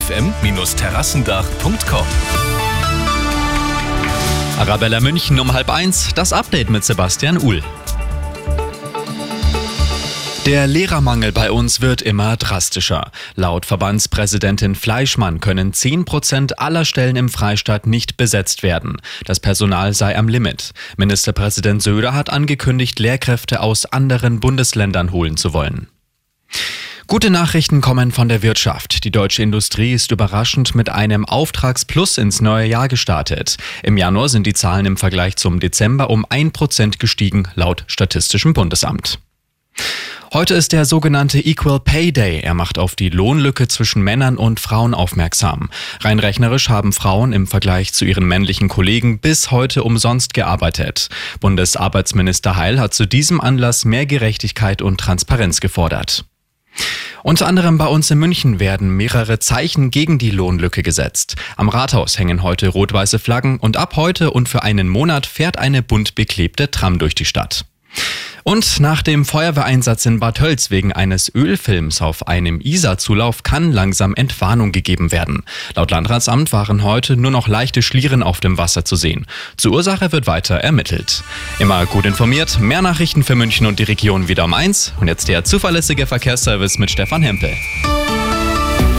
fm-terrassendach.com. Arabella München um 12:30, das Update mit Sebastian Uhl. Der Lehrermangel bei uns wird immer drastischer. Laut Verbandspräsidentin Fleischmann können 10% aller Stellen im Freistaat nicht besetzt werden. Das Personal sei am Limit. Ministerpräsident Söder hat angekündigt, Lehrkräfte aus anderen Bundesländern holen zu wollen. Gute Nachrichten kommen von der Wirtschaft. Die deutsche Industrie ist überraschend mit einem Auftragsplus ins neue Jahr gestartet. Im Januar sind die Zahlen im Vergleich zum Dezember um 1% gestiegen, laut Statistischem Bundesamt. Heute ist der sogenannte Equal Pay Day. Er macht auf die Lohnlücke zwischen Männern und Frauen aufmerksam. Rein rechnerisch haben Frauen im Vergleich zu ihren männlichen Kollegen bis heute umsonst gearbeitet. Bundesarbeitsminister Heil hat zu diesem Anlass mehr Gerechtigkeit und Transparenz gefordert. Unter anderem bei uns in München werden mehrere Zeichen gegen die Lohnlücke gesetzt. Am Rathaus hängen heute rot-weiße Flaggen und ab heute und für einen Monat fährt eine bunt beklebte Tram durch die Stadt. Und nach dem Feuerwehreinsatz in Bad Tölz wegen eines Ölfilms auf einem Isar-Zulauf kann langsam Entwarnung gegeben werden. Laut Landratsamt waren heute nur noch leichte Schlieren auf dem Wasser zu sehen. Zur Ursache wird weiter ermittelt. Immer gut informiert, mehr Nachrichten für München und die Region wieder um 1. Und jetzt der zuverlässige Verkehrsservice mit Stefan Hempel.